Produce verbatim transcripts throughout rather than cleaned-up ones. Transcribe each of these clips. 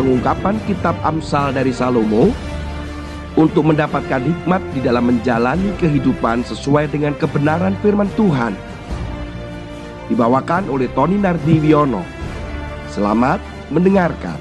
pengungkapan kitab Amsal dari Salomo untuk mendapatkan hikmat di dalam menjalani kehidupan sesuai dengan kebenaran firman Tuhan. Dibawakan oleh Tony Nardiwiono. Selamat mendengarkan.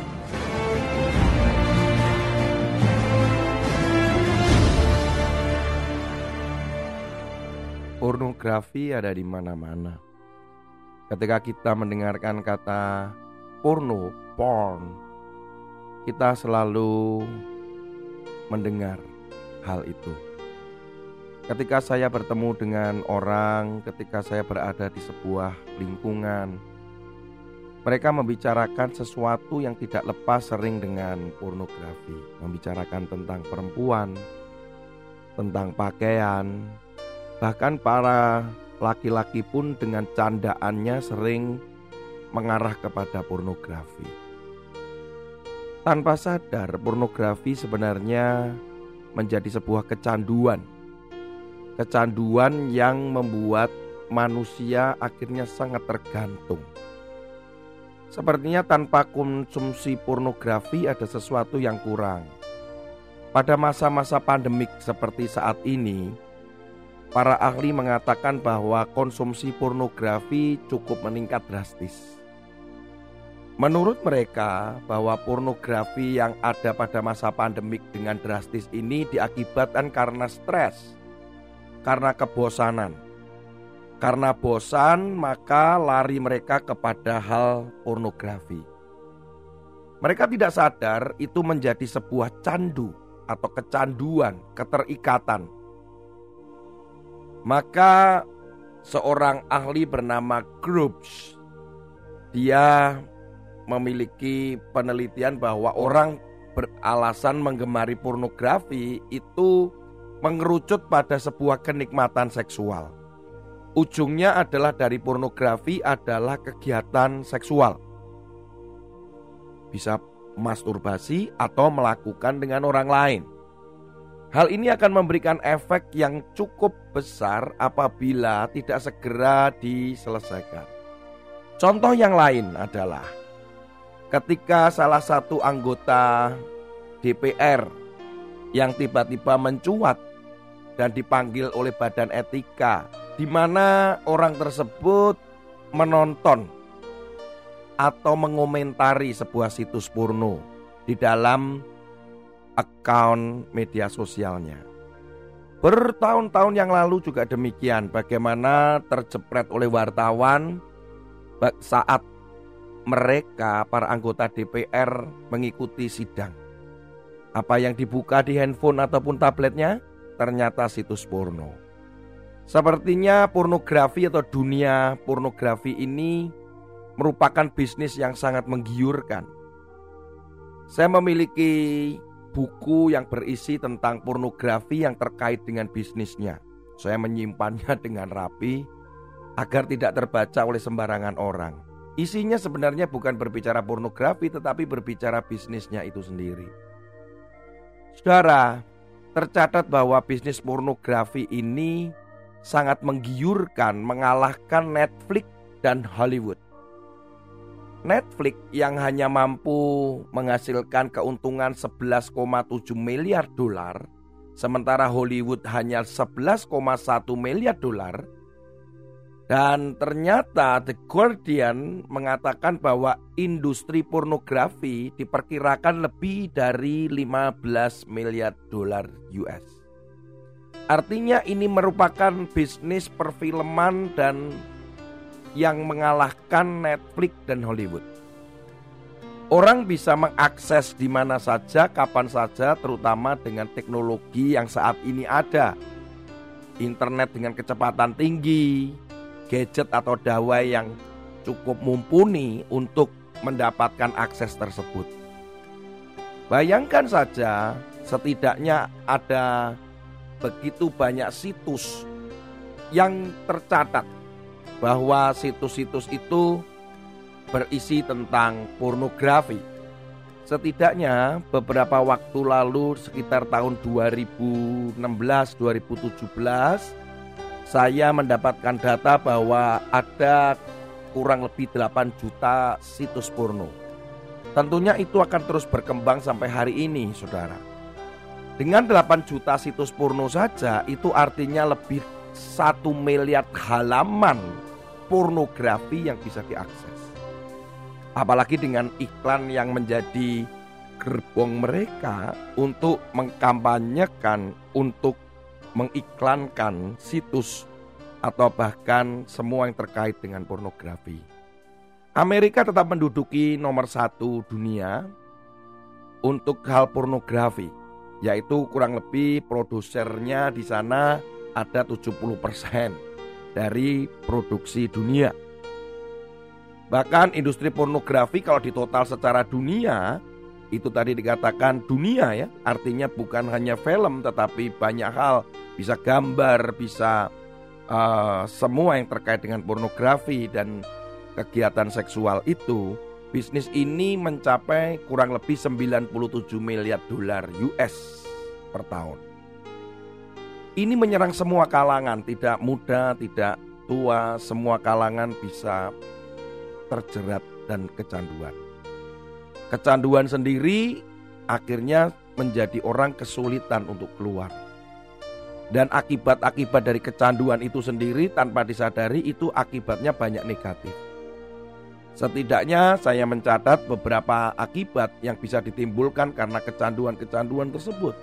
Pornografi ada di mana-mana. Ketika kita mendengarkan kata porno, porn, kita selalu mendengar hal itu. Ketika saya bertemu dengan orang, ketika saya berada di sebuah lingkungan, mereka membicarakan sesuatu yang tidak lepas sering dengan pornografi. Membicarakan tentang perempuan, tentang pakaian, bahkan para laki-laki pun dengan candaannya sering mengarah kepada pornografi. Tanpa sadar, pornografi sebenarnya menjadi sebuah kecanduan. Kecanduan yang membuat manusia akhirnya sangat tergantung. Sepertinya tanpa konsumsi pornografi ada sesuatu yang kurang. Pada masa-masa pandemik seperti saat ini, para ahli mengatakan bahwa konsumsi pornografi cukup meningkat drastis. Menurut mereka, bahwa pornografi yang ada pada masa pandemik dengan drastis ini diakibatkan karena stres, karena kebosanan. Karena bosan, maka lari mereka kepada hal pornografi. Mereka tidak sadar itu menjadi sebuah candu atau kecanduan, keterikatan. Maka seorang ahli bernama Grubbs, dia memiliki penelitian bahwa orang beralasan menggemari pornografi itu mengerucut pada sebuah kenikmatan seksual. Ujungnya adalah dari pornografi adalah kegiatan seksual. Bisa masturbasi atau melakukan dengan orang lain. Hal ini akan memberikan efek yang cukup besar apabila tidak segera diselesaikan. Contoh yang lain adalah ketika salah satu anggota D P R yang tiba-tiba mencuat dan dipanggil oleh badan etika, di mana orang tersebut menonton atau mengomentari sebuah situs porno di dalam akun media sosialnya. Bertahun-tahun yang lalu juga demikian, bagaimana terjepret oleh wartawan saat mereka, para anggota D P R, mengikuti sidang. Apa yang dibuka di handphone ataupun tabletnya? Ternyata situs porno. Sepertinya pornografi atau dunia pornografi ini merupakan bisnis yang sangat menggiurkan. Saya memiliki buku yang berisi tentang pornografi yang terkait dengan bisnisnya. Saya menyimpannya dengan rapi agar tidak terbaca oleh sembarangan orang. Isinya sebenarnya bukan berbicara pornografi, tetapi berbicara bisnisnya itu sendiri. Saudara, tercatat bahwa bisnis pornografi ini sangat menggiurkan, mengalahkan Netflix dan Hollywood. Netflix yang hanya mampu menghasilkan keuntungan sebelas koma tujuh miliar dolar, sementara Hollywood hanya sebelas koma satu miliar dolar. Dan ternyata The Guardian mengatakan bahwa industri pornografi diperkirakan lebih dari lima belas miliar dolar U S. Artinya ini merupakan bisnis perfilman dan yang mengalahkan Netflix dan Hollywood. Orang bisa mengakses di mana saja, kapan saja, terutama dengan teknologi yang saat ini ada. Internet dengan kecepatan tinggi, gadget atau dawai yang cukup mumpuni untuk mendapatkan akses tersebut. Bayangkan saja, setidaknya ada begitu banyak situs yang tercatat bahwa situs-situs itu berisi tentang pornografi. Setidaknya beberapa waktu lalu, sekitar tahun dua ribu enam belas dua ribu tujuh belas, saya mendapatkan data bahwa ada kurang lebih delapan juta situs porno. Tentunya itu akan terus berkembang sampai hari ini, saudara. Dengan delapan juta situs porno saja, itu artinya lebih satu miliar halaman pornografi yang bisa diakses. Apalagi dengan iklan yang menjadi gerbong mereka untuk mengkampanyekan, untuk mengiklankan situs atau bahkan semua yang terkait dengan pornografi. Amerika tetap menduduki nomor satu dunia untuk hal pornografi, yaitu kurang lebih produsernya di sana ada tujuh puluh persen dari produksi dunia. Bahkan industri pornografi kalau ditotal secara dunia, itu tadi dikatakan dunia ya, artinya bukan hanya film tetapi banyak hal, bisa gambar, bisa uh, semua yang terkait dengan pornografi dan kegiatan seksual itu. Bisnis ini mencapai kurang lebih sembilan puluh tujuh miliar dolar U S per tahun. Ini menyerang semua kalangan, tidak muda, tidak tua, semua kalangan bisa terjerat dan kecanduan. Kecanduan sendiri akhirnya menjadi orang kesulitan untuk keluar. Dan akibat-akibat dari kecanduan itu sendiri tanpa disadari itu akibatnya banyak negatif. Setidaknya saya mencatat beberapa akibat yang bisa ditimbulkan karena kecanduan-kecanduan tersebut.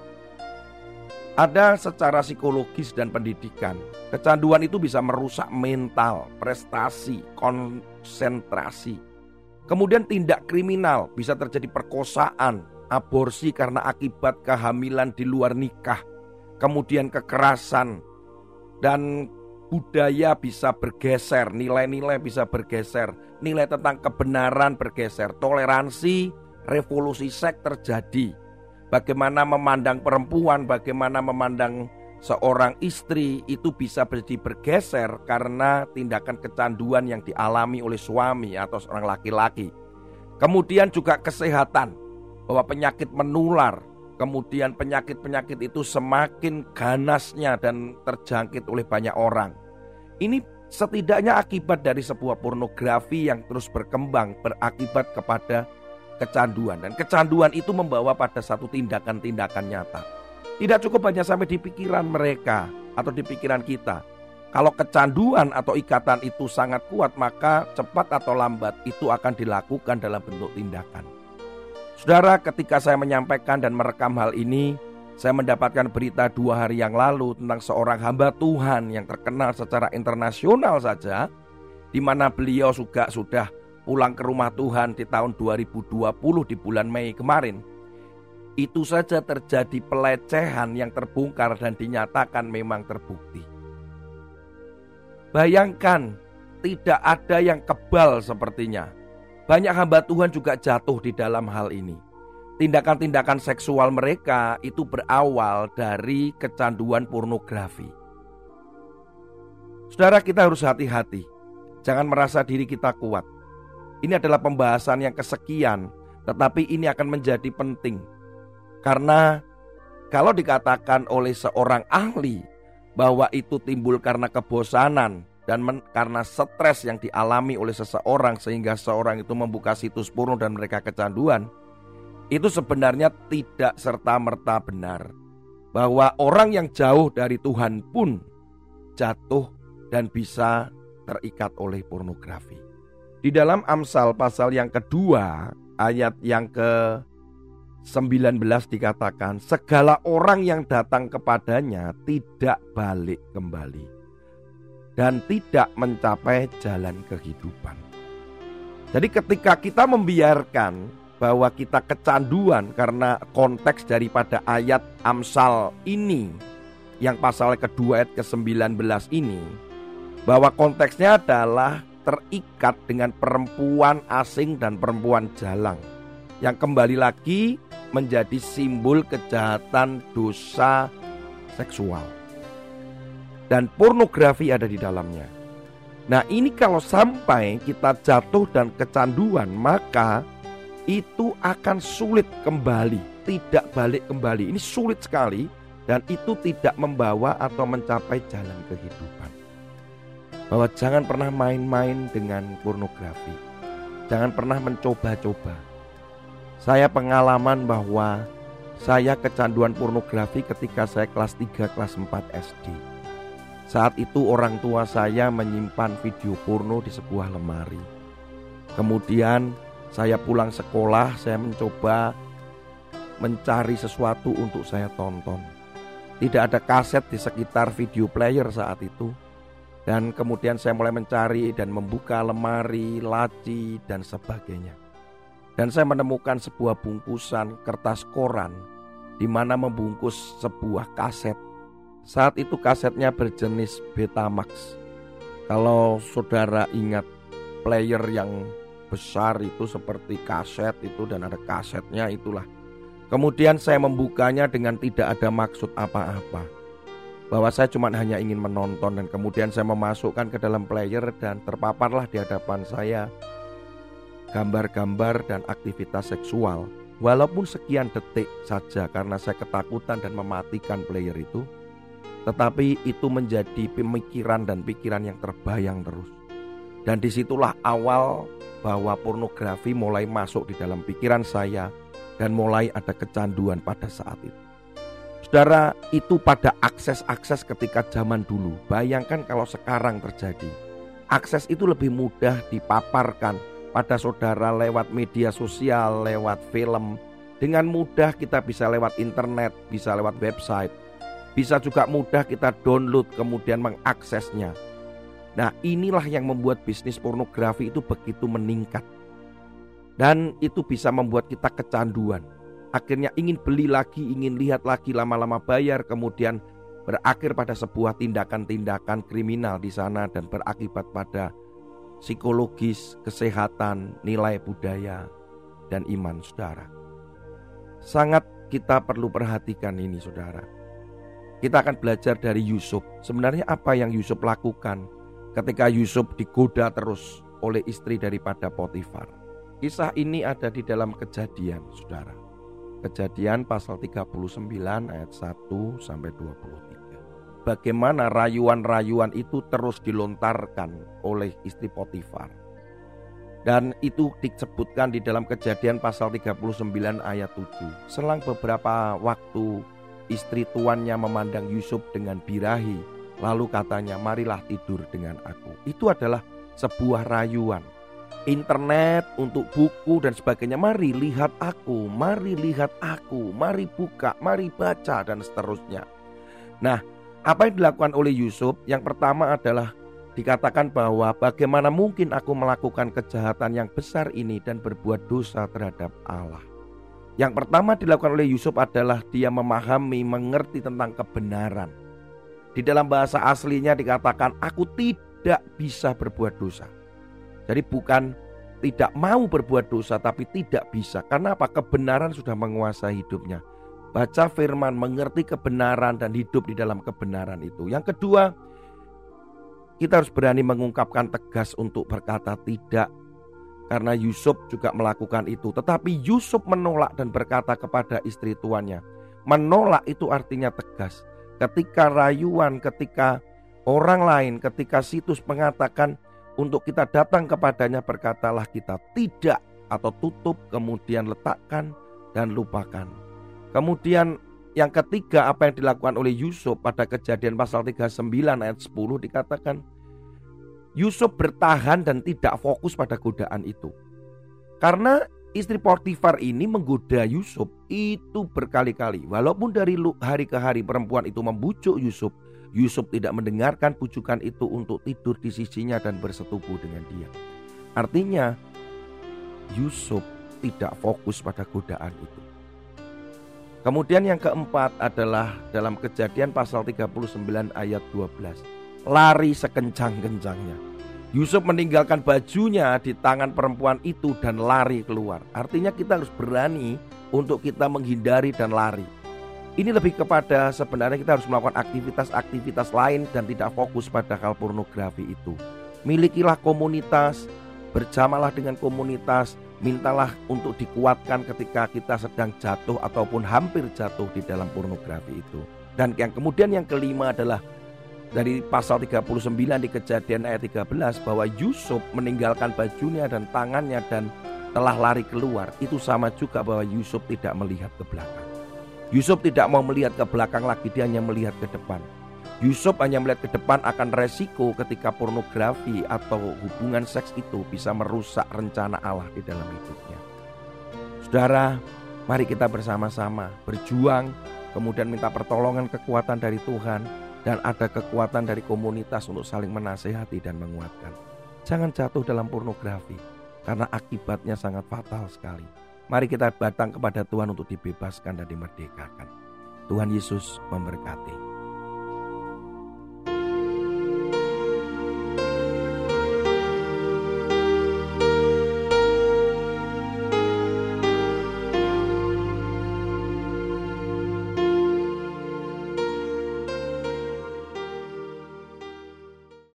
Ada secara psikologis dan pendidikan. Kecanduan itu bisa merusak mental, prestasi, konsentrasi. Kemudian tindak kriminal, bisa terjadi perkosaan, aborsi karena akibat kehamilan di luar nikah. Kemudian kekerasan dan budaya bisa bergeser, nilai-nilai bisa bergeser, nilai tentang kebenaran bergeser, toleransi, revolusi seks terjadi. Bagaimana memandang perempuan, bagaimana memandang seorang istri itu bisa jadi bergeser karena tindakan kecanduan yang dialami oleh suami atau seorang laki-laki. Kemudian juga kesehatan, bahwa penyakit menular, kemudian penyakit-penyakit itu semakin ganasnya dan terjangkit oleh banyak orang. Ini setidaknya akibat dari sebuah pornografi yang terus berkembang berakibat kepada kecanduan. Dan kecanduan itu membawa pada satu tindakan-tindakan nyata. Tidak cukup hanya sampai di pikiran mereka atau di pikiran kita. Kalau kecanduan atau ikatan itu sangat kuat, maka cepat atau lambat itu akan dilakukan dalam bentuk tindakan. Saudara, ketika saya menyampaikan dan merekam hal ini, saya mendapatkan berita dua hari yang lalu tentang seorang hamba Tuhan yang terkenal secara internasional saja, di mana beliau juga sudah pulang ke rumah Tuhan di tahun dua ribu dua puluh di bulan Mei kemarin. Itu saja terjadi pelecehan yang terbongkar dan dinyatakan memang terbukti. Bayangkan, tidak ada yang kebal sepertinya. Banyak hamba Tuhan juga jatuh di dalam hal ini. Tindakan-tindakan seksual mereka itu berawal dari kecanduan pornografi. Saudara, kita harus hati-hati. Jangan merasa diri kita kuat. Ini adalah pembahasan yang kesekian, tetapi ini akan menjadi penting. Karena kalau dikatakan oleh seorang ahli bahwa itu timbul karena kebosanan dan men- karena stres yang dialami oleh seseorang sehingga seorang itu membuka situs porno dan mereka kecanduan, itu sebenarnya tidak serta-merta benar. Bahwa orang yang jauh dari Tuhan pun jatuh dan bisa terikat oleh pornografi. Di dalam Amsal pasal yang kedua ayat yang ke sembilan belas dikatakan, segala orang yang datang kepadanya tidak balik kembali dan tidak mencapai jalan kehidupan. Jadi ketika kita membiarkan bahwa kita kecanduan karena konteks daripada ayat Amsal ini, yang pasal kedua ayat ke sembilan belas ini, bahwa konteksnya adalah terikat dengan perempuan asing dan perempuan jalang, yang kembali lagi menjadi simbol kejahatan dosa seksual. Dan pornografi ada di dalamnya. Nah, ini kalau sampai kita jatuh dan kecanduan, maka itu akan sulit kembali, tidak balik kembali. Ini sulit sekali dan itu tidak membawa atau mencapai jalan kehidupan. Bahwa jangan pernah main-main dengan pornografi. Jangan pernah mencoba-coba. Saya pengalaman bahwa saya kecanduan pornografi ketika saya kelas tiga, kelas empat S D. Saat itu orang tua saya menyimpan video porno di sebuah lemari. Kemudian saya pulang sekolah, saya mencoba mencari sesuatu untuk saya tonton. Tidak ada kaset di sekitar video player saat itu. Dan kemudian saya mulai mencari dan membuka lemari, laci, dan sebagainya. Dan saya menemukan sebuah bungkusan kertas koran di mana membungkus sebuah kaset. Saat itu kasetnya berjenis Betamax. Kalau saudara ingat player yang besar itu seperti kaset itu dan ada kasetnya itulah. Kemudian saya membukanya dengan tidak ada maksud apa-apa, bahwa saya cuma hanya ingin menonton. Dan kemudian saya memasukkan ke dalam player dan terpaparlah di hadapan saya gambar-gambar dan aktivitas seksual. Walaupun sekian detik saja karena saya ketakutan dan mematikan player itu, tetapi itu menjadi pemikiran dan pikiran yang terbayang terus. Dan disitulah awal bahwa pornografi mulai masuk di dalam pikiran saya dan mulai ada kecanduan pada saat itu. Saudara, itu pada akses-akses ketika zaman dulu. Bayangkan kalau sekarang terjadi. Akses itu lebih mudah dipaparkan pada saudara lewat media sosial, lewat film. Dengan mudah kita bisa lewat internet, bisa lewat website. Bisa juga mudah kita download kemudian mengaksesnya. Nah, inilah yang membuat bisnis pornografi itu begitu meningkat. Dan itu bisa membuat kita kecanduan. Akhirnya ingin beli lagi, ingin lihat lagi, lama-lama bayar. Kemudian berakhir pada sebuah tindakan-tindakan kriminal di sana. Dan berakibat pada psikologis, kesehatan, nilai budaya, dan iman saudara. Sangat kita perlu perhatikan ini saudara. Kita akan belajar dari Yusuf. Sebenarnya apa yang Yusuf lakukan ketika Yusuf digoda terus oleh istri daripada Potifar. Kisah ini ada di dalam Kejadian, saudara. Kejadian pasal tiga puluh sembilan ayat satu sampai dua puluh tiga. Bagaimana rayuan-rayuan itu terus dilontarkan oleh istri Potifar. Dan itu disebutkan di dalam Kejadian pasal tiga puluh sembilan ayat tujuh. Selang beberapa waktu istri tuannya memandang Yusuf dengan birahi, lalu katanya, marilah tidur dengan aku. Itu adalah sebuah rayuan. Internet untuk buku dan sebagainya, mari lihat aku, mari lihat aku, mari buka, mari baca, dan seterusnya. Nah, apa yang dilakukan oleh Yusuf? Yang pertama adalah dikatakan bahwa bagaimana mungkin aku melakukan kejahatan yang besar ini dan berbuat dosa terhadap Allah. Yang pertama dilakukan oleh Yusuf adalah dia memahami, mengerti tentang kebenaran. Di dalam bahasa aslinya dikatakan, aku tidak bisa berbuat dosa. Jadi bukan tidak mau berbuat dosa, tapi tidak bisa. Karena apa? Kebenaran sudah menguasai hidupnya. Baca firman, mengerti kebenaran dan hidup di dalam kebenaran itu. Yang kedua, kita harus berani mengungkapkan tegas untuk berkata tidak. Karena Yusuf juga melakukan itu. Tetapi Yusuf menolak dan berkata kepada istri tuannya. Menolak itu artinya tegas. Ketika rayuan, ketika orang lain, ketika situs mengatakan untuk kita datang kepadanya, berkatalah kita tidak atau tutup, kemudian letakkan dan lupakan. Kemudian yang ketiga, apa yang dilakukan oleh Yusuf pada Kejadian pasal tiga puluh sembilan ayat sepuluh dikatakan Yusuf bertahan dan tidak fokus pada godaan itu. Karena istri Potifar ini menggoda Yusuf itu berkali-kali. Walaupun dari hari ke hari perempuan itu membujuk Yusuf, Yusuf tidak mendengarkan bujukan itu untuk tidur di sisinya dan bersetubuh dengan dia. Artinya Yusuf tidak fokus pada godaan itu. Kemudian yang keempat adalah dalam Kejadian pasal tiga puluh sembilan ayat dua belas. Lari sekencang-kencangnya. Yusuf meninggalkan bajunya di tangan perempuan itu dan lari keluar. Artinya kita harus berani untuk kita menghindari dan lari. Ini lebih kepada sebenarnya kita harus melakukan aktivitas-aktivitas lain dan tidak fokus pada hal pornografi itu. Milikilah komunitas, berjamalah dengan komunitas, mintalah untuk dikuatkan ketika kita sedang jatuh ataupun hampir jatuh di dalam pornografi itu. Dan yang kemudian yang kelima adalah dari pasal tiga puluh sembilan di Kejadian ayat tiga belas bahwa Yusuf meninggalkan bajunya dan tangannya dan telah lari keluar, itu sama juga bahwa Yusuf tidak melihat ke belakang. Yusuf tidak mau melihat ke belakang lagi, dia hanya melihat ke depan. Yusuf hanya melihat ke depan akan resiko ketika pornografi atau hubungan seks itu bisa merusak rencana Allah di dalam hidupnya. Saudara, mari kita bersama-sama berjuang, kemudian minta pertolongan kekuatan dari Tuhan, dan ada kekuatan dari komunitas untuk saling menasehati dan menguatkan. Jangan jatuh dalam pornografi, karena akibatnya sangat fatal sekali. Mari kita datang kepada Tuhan untuk dibebaskan dan dimerdekakan. Tuhan Yesus memberkati.